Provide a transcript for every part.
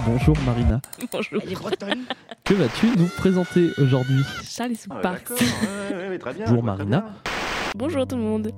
Bonjour Marina. Bonjour. Elle est bretonne. Que vas-tu nous présenter aujourd'hui? Charles et Soup Ah ouais, Parks. d'accord, ouais, très bien. Bonjour très Marina. bien. Bonjour tout le monde.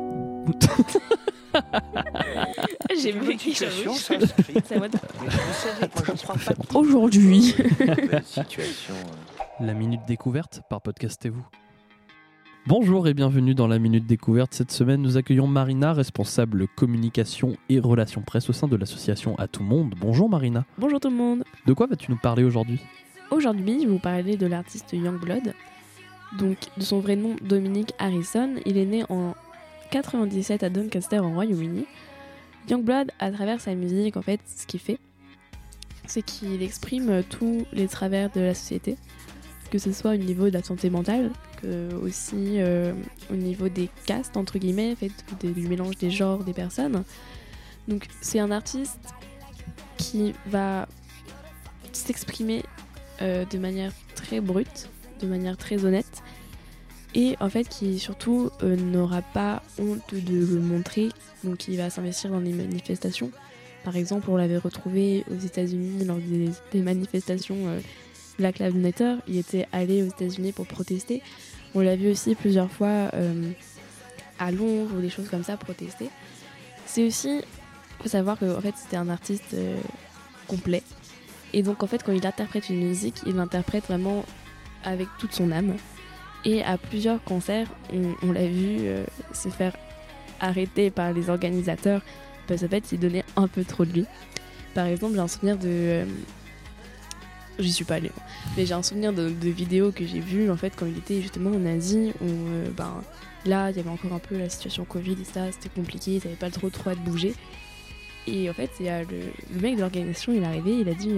J'ai Une vu bonne situation, ça, Sophie. C'est à moi de- Mais vous savez que moi, je ne crois pas. Aujourd'hui. Belle situation. La Minute Découverte par Podcastez-vous. Bonjour et bienvenue dans la Minute Découverte. Cette semaine, nous accueillons Marina, responsable communication et relations presse au sein de l'association À Tout Monde. Bonjour Marina. Bonjour tout le monde. De quoi vas-tu nous parler aujourd'hui? Aujourd'hui, je vais vous parler de l'artiste Youngblood. Donc, de son vrai nom, Dominic Harrison. Il est né en 97 à Doncaster, en Royaume-Uni. Youngblood, à travers sa musique, en fait, ce qu'il fait, c'est qu'il exprime tous les travers de la société, que ce soit au niveau de la santé mentale, que aussi au niveau des castes, entre guillemets, en fait, du mélange des genres des personnes. Donc, c'est un artiste qui va s'exprimer de manière très brute, de manière très honnête, et en fait qui surtout n'aura pas honte de le montrer, donc il va s'investir dans les manifestations. Par exemple, on l'avait retrouvé aux États-Unis lors des manifestations Black Lives Matter. Il était allé aux États-Unis pour protester. On l'a vu aussi plusieurs fois à Londres ou des choses comme ça protester. C'est aussi, faut savoir que en fait c'était un artiste complet. Et donc en fait quand il interprète une musique, il l'interprète vraiment avec toute son âme. Et à plusieurs concerts, on l'a vu se faire arrêter par les organisateurs parce qu'en fait il donnait un peu trop de lui. Par exemple, j'ai un souvenir de... J'y suis pas allée, mais j'ai un souvenir de vidéos que j'ai vues en fait quand il était justement en Asie où là il y avait encore un peu la situation Covid et ça, c'était compliqué, ils n'avaient pas trop hâte de bouger. Et en fait, il y a le mec de l'organisation, il est arrivé, il a dit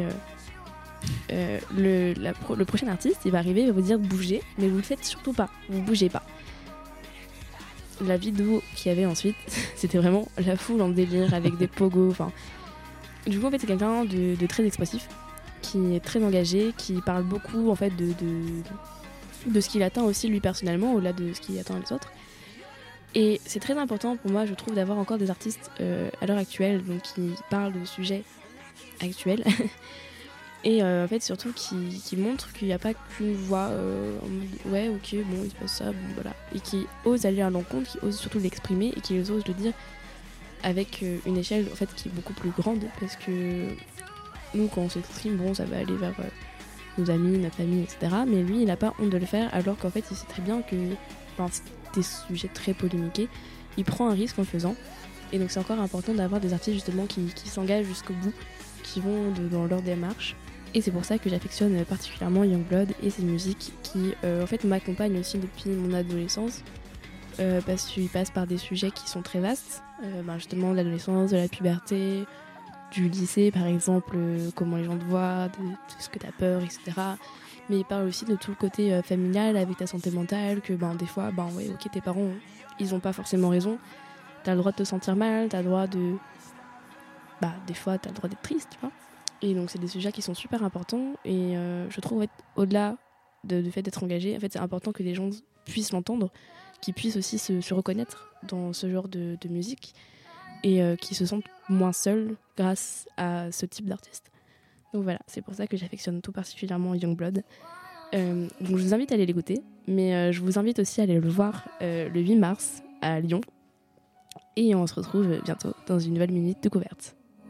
le prochain artiste, il va arriver, il va vous dire de bouger, mais vous le faites surtout pas, vous bougez pas. La vidéo qu'il y avait ensuite, c'était vraiment la foule en délire avec des pogos. Enfin, du coup, en fait, c'est quelqu'un de très expressif, qui est très engagé, qui parle beaucoup en fait de ce qu'il atteint aussi lui personnellement, au-delà de ce qu'il atteint les autres. Et c'est très important pour moi, je trouve, d'avoir encore des artistes à l'heure actuelle, donc qui parlent de sujets actuels. Et en fait, surtout qui montrent qu'il n'y a pas qu'une voix en mode ouais, ok, bon, il se passe ça, bon, voilà. Et qui osent aller à l'encontre, qui osent surtout l'exprimer et qui osent le dire avec une échelle en fait, qui est beaucoup plus grande. Parce que nous, quand on s'exprime, bon, ça va aller vers nos amis, notre famille, etc. Mais lui, il n'a pas honte de le faire, alors qu'en fait, il sait très bien que c'est des sujets très polémiqués. Il prend un risque en le faisant. Et donc, c'est encore important d'avoir des artistes justement qui s'engagent jusqu'au bout, qui vont dans leur démarche. Et c'est pour ça que j'affectionne particulièrement Youngblood et ses musiques qui en fait m'accompagnent aussi depuis mon adolescence parce qu'il passe par des sujets qui sont très vastes, justement de l'adolescence, de la puberté, du lycée par exemple, comment les gens te voient, de ce que t'as peur, etc. Mais il parle aussi de tout le côté familial avec ta santé mentale, que des fois, ouais, ok, tes parents, ils ont pas forcément raison, t'as le droit de te sentir mal, t'as le droit de... des fois, t'as le droit d'être triste, tu vois. Et donc c'est des sujets qui sont super importants et je trouve au-delà du fait d'être engagé, en fait c'est important que les gens puissent l'entendre, qu'ils puissent aussi se reconnaître dans ce genre de musique et qu'ils se sentent moins seuls grâce à ce type d'artiste. Donc voilà, c'est pour ça que j'affectionne tout particulièrement Youngblood. Donc je vous invite à aller l'écouter, mais je vous invite aussi à aller le voir le 8 mars à Lyon. Et on se retrouve bientôt dans une nouvelle minute découverte.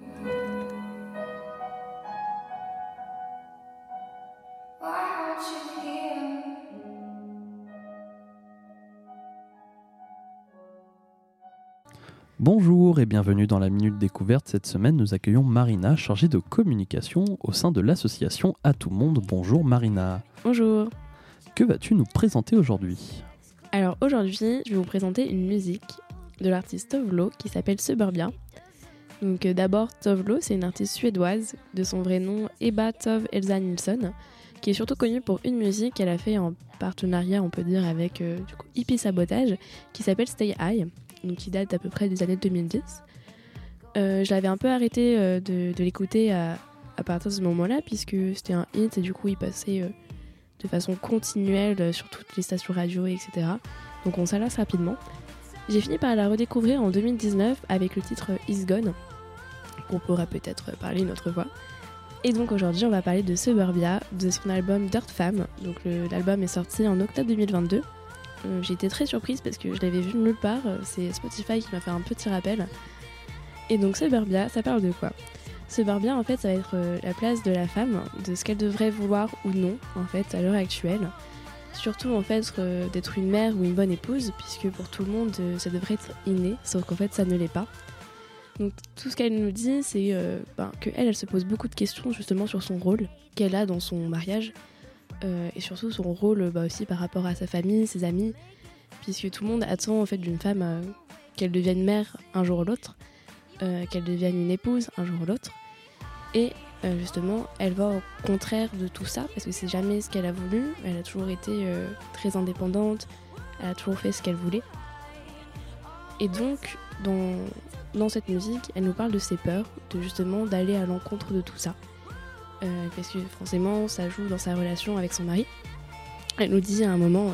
Bonjour et bienvenue dans la Minute Découverte. Cette semaine, nous accueillons Marina, chargée de communication au sein de l'association À Tout Monde. Bonjour Marina. Bonjour. Que vas-tu nous présenter aujourd'hui? Alors aujourd'hui, je vais vous présenter une musique de l'artiste Tove Lo qui s'appelle Suburbia. Donc d'abord, Tove Lo, c'est une artiste suédoise de son vrai nom Ebba Tove Elsa Nilsson, qui est surtout connue pour une musique qu'elle a fait en partenariat, on peut dire, avec Hippie Sabotage, qui s'appelle Stay High, donc qui date à peu près des années 2010. Je l'avais un peu arrêté de l'écouter à partir de ce moment-là, puisque c'était un hit et du coup il passait de façon continuelle sur toutes les stations radio, etc. Donc on s'en lasse rapidement. J'ai fini par la redécouvrir en 2019 avec le titre Is Gone, qu'on pourra peut-être parler une autre fois. Et donc aujourd'hui on va parler de Suburbia, de son album Dirt Fam. Donc l'album est sorti en octobre 2022. J'ai été très surprise parce que je l'avais vu nulle part, c'est Spotify qui m'a fait un petit rappel. Et donc Suburbia, ça parle de quoi ? Suburbia en fait ça va être la place de la femme, de ce qu'elle devrait vouloir ou non en fait à l'heure actuelle. Surtout en fait d'être une mère ou une bonne épouse, puisque pour tout le monde ça devrait être inné, sauf qu'en fait ça ne l'est pas. Donc tout ce qu'elle nous dit c'est qu'elle se pose beaucoup de questions justement sur son rôle qu'elle a dans son mariage, et surtout son rôle aussi par rapport à sa famille, ses amis, puisque tout le monde attend en fait d'une femme qu'elle devienne mère un jour ou l'autre, qu'elle devienne une épouse un jour ou l'autre, et justement elle va au contraire de tout ça parce que c'est jamais ce qu'elle a voulu. Elle a toujours été très indépendante, elle a toujours fait ce qu'elle voulait, et donc dans cette musique elle nous parle de ses peurs, de justement d'aller à l'encontre de tout ça, parce que forcément ça joue dans sa relation avec son mari. Elle nous dit à un moment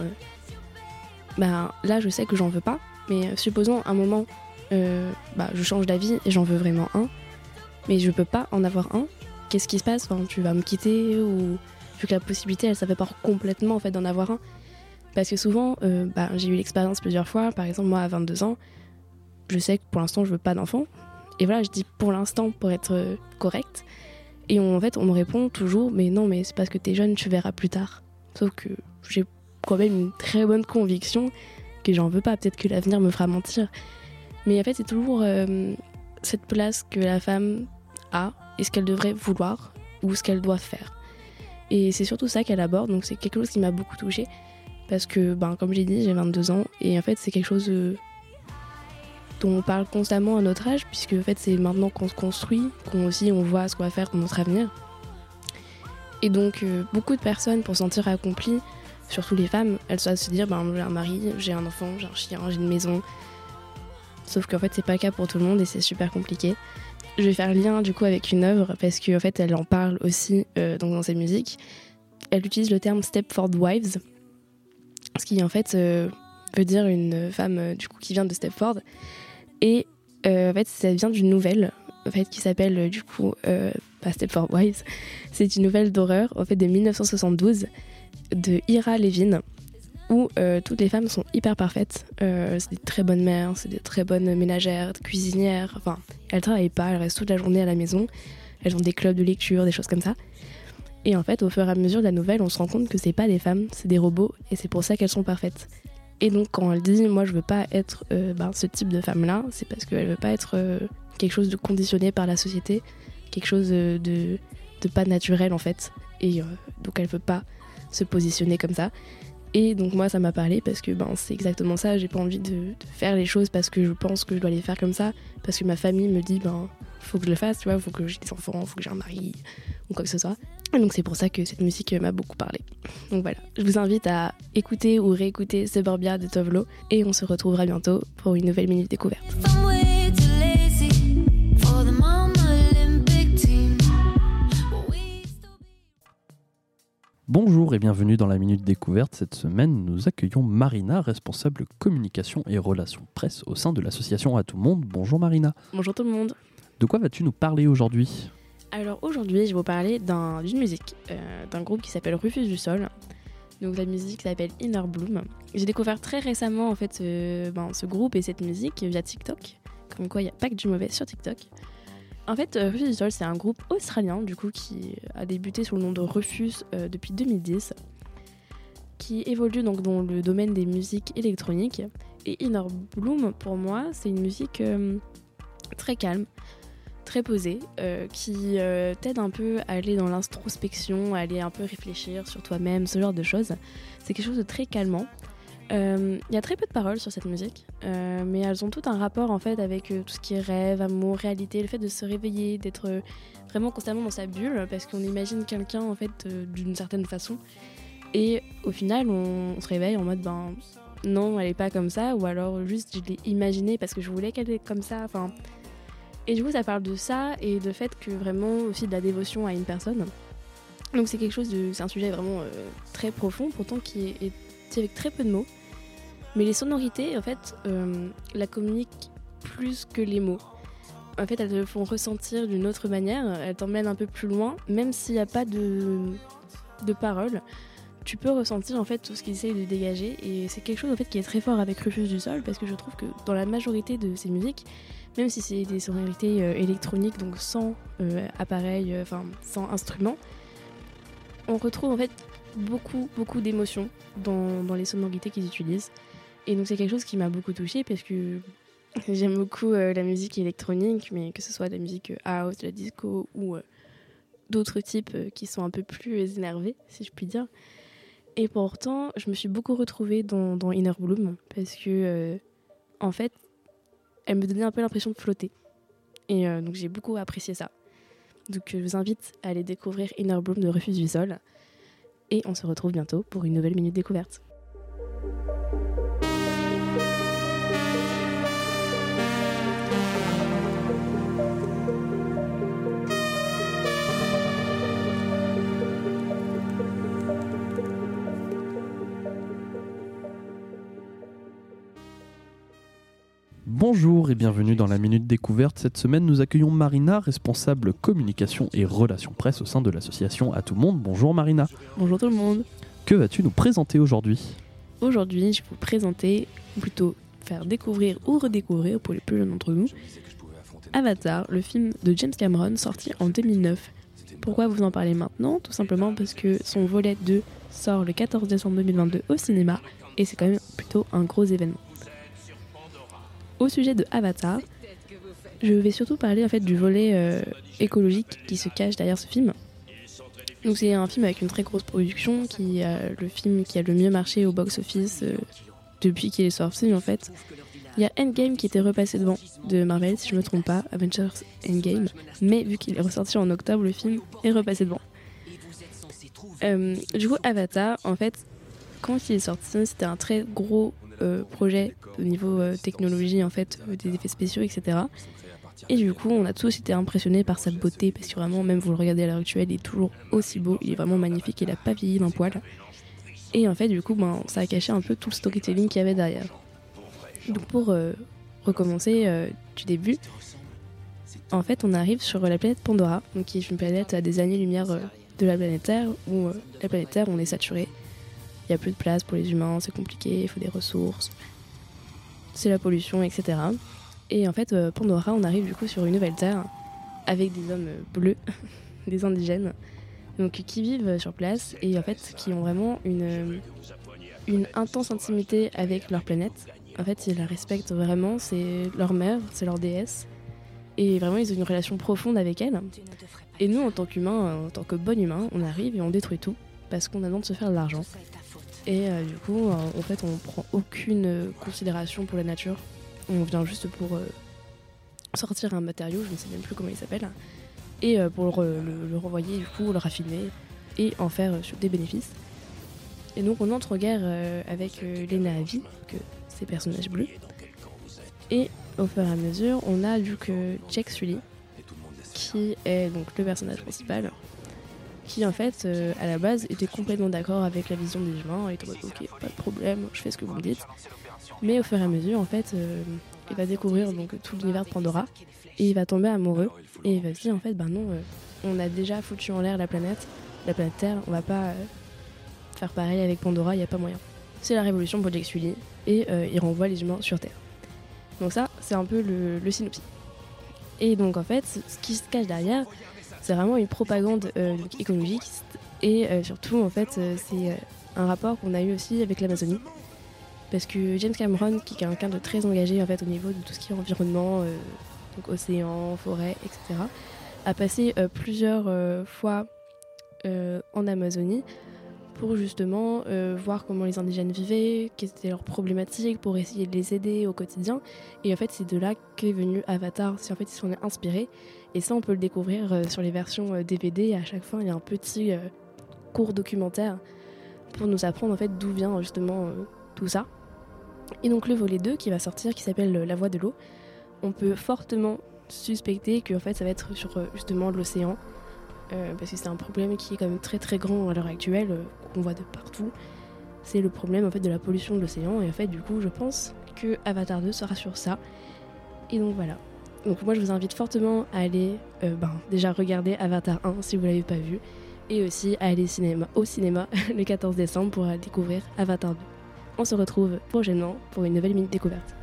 là je sais que j'en veux pas, mais supposons un moment je change d'avis et j'en veux vraiment un, mais je peux pas en avoir un. Qu'est-ce qui se passe ? Tu vas me quitter, ou vu que la possibilité elle s'évapore complètement en fait d'en avoir un. Parce que souvent j'ai eu l'expérience plusieurs fois. Par exemple moi à 22 ans je sais que pour l'instant je veux pas d'enfant, et voilà je dis pour l'instant pour être correcte, et en fait on me répond toujours mais non, mais c'est parce que t'es jeune, tu verras plus tard. Sauf que j'ai quand même une très bonne conviction que j'en veux pas. Peut-être que l'avenir me fera mentir, mais en fait c'est toujours cette place que la femme a et ce qu'elle devrait vouloir ou ce qu'elle doit faire. Et c'est surtout ça qu'elle aborde, donc c'est quelque chose qui m'a beaucoup touchée parce que comme j'ai dit j'ai 22 ans, et en fait c'est quelque chose dont on parle constamment à notre âge, puisque en fait c'est maintenant qu'on se construit, qu'on voit ce qu'on va faire dans notre avenir. Et donc beaucoup de personnes, pour se sentir accomplies, surtout les femmes, elles doivent se dire j'ai un mari, j'ai un enfant, j'ai un chien, j'ai une maison. Sauf qu'en fait c'est pas le cas pour tout le monde et c'est super compliqué. Je vais faire lien du coup avec une œuvre parce qu'en fait elle en parle aussi donc dans ses musiques. Elle utilise le terme Stepford Wives, ce qui en fait veut dire une femme du coup qui vient de Stepford. Et en fait ça vient d'une nouvelle en fait qui s'appelle du coup Stepford Wives. C'est une nouvelle d'horreur en fait de 1972 de Ira Levin, où toutes les femmes sont hyper parfaites. C'est des très bonnes mères, c'est des très bonnes ménagères, cuisinières. Enfin, elles travaillent pas, elles restent toute la journée à la maison. Elles ont des clubs de lecture, des choses comme ça. Et en fait, au fur et à mesure de la nouvelle, on se rend compte que c'est pas des femmes, c'est des robots, et c'est pour ça qu'elles sont parfaites. Et donc, quand elle dit, moi, je veux pas être ce type de femme-là, c'est parce qu'elle veut pas être quelque chose de conditionné par la société, quelque chose de pas naturel en fait. Et donc, elle veut pas se positionner comme ça. Et donc moi ça m'a parlé parce que c'est exactement ça, j'ai pas envie de faire les choses parce que je pense que je dois les faire comme ça, parce que ma famille me dit faut que je le fasse, tu vois, faut que j'ai des enfants, faut que j'ai un mari ou quoi que ce soit. Et donc c'est pour ça que cette musique m'a beaucoup parlé. Donc voilà, je vous invite à écouter ou réécouter Suburbia de Tove Lo, et on se retrouvera bientôt pour une nouvelle Minute Découverte. Bonjour et bienvenue dans la Minute Découverte. Cette semaine, nous accueillons Marina, responsable communication et relations presse au sein de l'association À Tout Monde. Bonjour Marina. Bonjour tout le monde. De quoi vas-tu nous parler aujourd'hui ? Alors aujourd'hui, je vais vous parler d'une musique, d'un groupe qui s'appelle Rufus du Sol. Donc la musique s'appelle Inner Bloom. J'ai découvert très récemment en fait ce groupe et cette musique via TikTok. Comme quoi, il n'y a pas que du mauvais sur TikTok. En fait, Rufus du Sol, c'est un groupe australien du coup qui a débuté sous le nom de Rufus depuis 2010, qui évolue donc dans le domaine des musiques électroniques. Et Inner Bloom, pour moi, c'est une musique très calme, très posée, qui t'aide un peu à aller dans l'introspection, à aller un peu réfléchir sur toi-même, ce genre de choses. C'est quelque chose de très calmant. Il y a très peu de paroles sur cette musique, mais elles ont tout un rapport en fait avec tout ce qui est rêve, amour, réalité, le fait de se réveiller, d'être vraiment constamment dans sa bulle, parce qu'on imagine quelqu'un en fait d'une certaine façon, et au final on se réveille en mode non, elle est pas comme ça, ou alors juste je l'ai imaginé parce que je voulais qu'elle est comme ça, enfin. Et du coup ça parle de ça et de fait que vraiment aussi de la dévotion à une personne. Donc c'est un sujet vraiment très profond, pourtant qui est avec très peu de mots. Mais les sonorités, en fait, la communiquent plus que les mots. en fait, elles te font ressentir d'une autre manière, elles t'emmènent un peu plus loin, même s'il n'y a pas de paroles. Tu peux ressentir en fait tout ce qu'ils essayent de dégager, et c'est quelque chose en fait qui est très fort avec Rufus du Sol, parce que je trouve que dans la majorité de ces musiques, même si c'est des sonorités électroniques, donc sans appareil, sans instrument, on retrouve en fait beaucoup d'émotions dans les sonorités qu'ils utilisent. Et donc c'est quelque chose qui m'a beaucoup touchée, parce que j'aime beaucoup la musique électronique, mais que ce soit la musique house, la disco ou d'autres types qui sont un peu plus énervés, si je puis dire. Et pourtant, je me suis beaucoup retrouvée dans Inner Bloom, parce que, en fait, elle me donnait un peu l'impression de flotter. Et donc j'ai beaucoup apprécié ça. Donc je vous invite à aller découvrir Inner Bloom de Rufus du Sol. Et on se retrouve bientôt pour une nouvelle Minute Découverte. Bonjour et bienvenue dans la Minute Découverte. Cette semaine, nous accueillons Marina, responsable communication et relations presse au sein de l'association À Tout Monde. Bonjour Marina. Bonjour tout le monde. Que vas-tu nous présenter aujourd'hui ? Aujourd'hui, je vais vous présenter, ou plutôt faire découvrir ou redécouvrir pour les plus jeunes d'entre nous, Avatar, le film de James Cameron sorti en 2009. Pourquoi vous en parlez maintenant ? Tout simplement parce que son volet 2 sort le 14 décembre 2022 au cinéma, et c'est quand même plutôt un gros événement. Au sujet de Avatar, je vais surtout parler en fait du volet écologique qui se cache derrière ce film. Donc c'est un film avec une très grosse production, le film qui a le mieux marché au box-office depuis qu'il est sorti en fait. Il y a Endgame qui était repassé devant de Marvel, si je ne me trompe pas, Avengers Endgame, mais vu qu'il est ressorti en octobre, le film est repassé devant. Du coup, Avatar, en fait, quand il est sorti, c'était un très gros projet au niveau technologie, en fait, des effets spéciaux, etc. Et du coup, on a tous été impressionnés par sa beauté, parce que vraiment, même vous le regardez à l'heure actuelle, il est toujours aussi beau, il est vraiment magnifique, il n'a pas vieilli d'un poil. Et en fait, du coup, ça a caché un peu tout le storytelling qu'il y avait derrière. Donc pour recommencer du début, en fait, on arrive sur la planète Pandora, donc qui est une planète à des années-lumière de la planète Terre, où la planète Terre, on est saturé. Il n'y a plus de place pour les humains, c'est compliqué, il faut des ressources, c'est la pollution, etc. Et en fait, Pandora, on arrive du coup sur une nouvelle Terre avec des hommes bleus, des indigènes, donc qui vivent sur place et en fait qui ont vraiment une intense intimité avec leur planète. En fait, ils la respectent vraiment, c'est leur mère, c'est leur déesse. Et vraiment, ils ont une relation profonde avec elle. Et nous, en tant qu'humains, en tant que bon humain, on arrive et on détruit tout parce qu'on a besoin de se faire de l'argent. Et du coup, en fait, on prend aucune considération pour la nature. On vient juste pour sortir un matériau, je ne sais même plus comment il s'appelle, et pour le renvoyer, du coup, le raffiner et en faire des bénéfices. Et donc, on entre en guerre avec les Na'vi, que ces personnages bleus. Et au fur et à mesure, on a du que Jake Sully, qui est donc le personnage principal, qui en fait, à la base, était complètement d'accord avec la vision des humains, et était en mode ok, pas de problème, je fais ce que vous me dites. Mais au fur et à mesure, en fait, il va découvrir donc tout l'univers de Pandora, et il va tomber amoureux, et il va se dire en fait, ben non, on a déjà foutu en l'air la planète Terre, on va pas faire pareil avec Pandora, il n'y a pas moyen. C'est la révolution pour Jake Sully, et il renvoie les humains sur Terre. Donc ça, c'est un peu le synopsis. Et donc en fait, ce qui se cache derrière, c'est vraiment une propagande écologique, et surtout en fait, c'est un rapport qu'on a eu aussi avec l'Amazonie. Parce que James Cameron, qui est quelqu'un de très engagé en fait, au niveau de tout ce qui est environnement, donc océan, forêt, etc., a passé plusieurs fois en Amazonie pour justement voir comment les indigènes vivaient, quelles étaient leurs problématiques, pour essayer de les aider au quotidien. Et en fait, c'est de là qu'est venu Avatar. En fait, ils s'en est inspirés. Et ça, on peut le découvrir sur les versions DVD. À chaque fin, il y a un petit court documentaire pour nous apprendre en fait, d'où vient justement tout ça. Et donc le volet 2 qui va sortir, qui s'appelle La Voie de l'eau, on peut fortement suspecter que en fait, ça va être sur justement l'océan. Parce que c'est un problème qui est quand même très très grand à l'heure actuelle, qu'on voit de partout. C'est le problème en fait de la pollution de l'océan, et en fait du coup je pense que Avatar 2 sera sur ça. Et donc voilà. Donc moi je vous invite fortement à aller déjà regarder Avatar 1 si vous l'avez pas vu, et aussi à aller au cinéma le 14 décembre pour découvrir Avatar 2. On se retrouve prochainement pour une nouvelle minute découverte.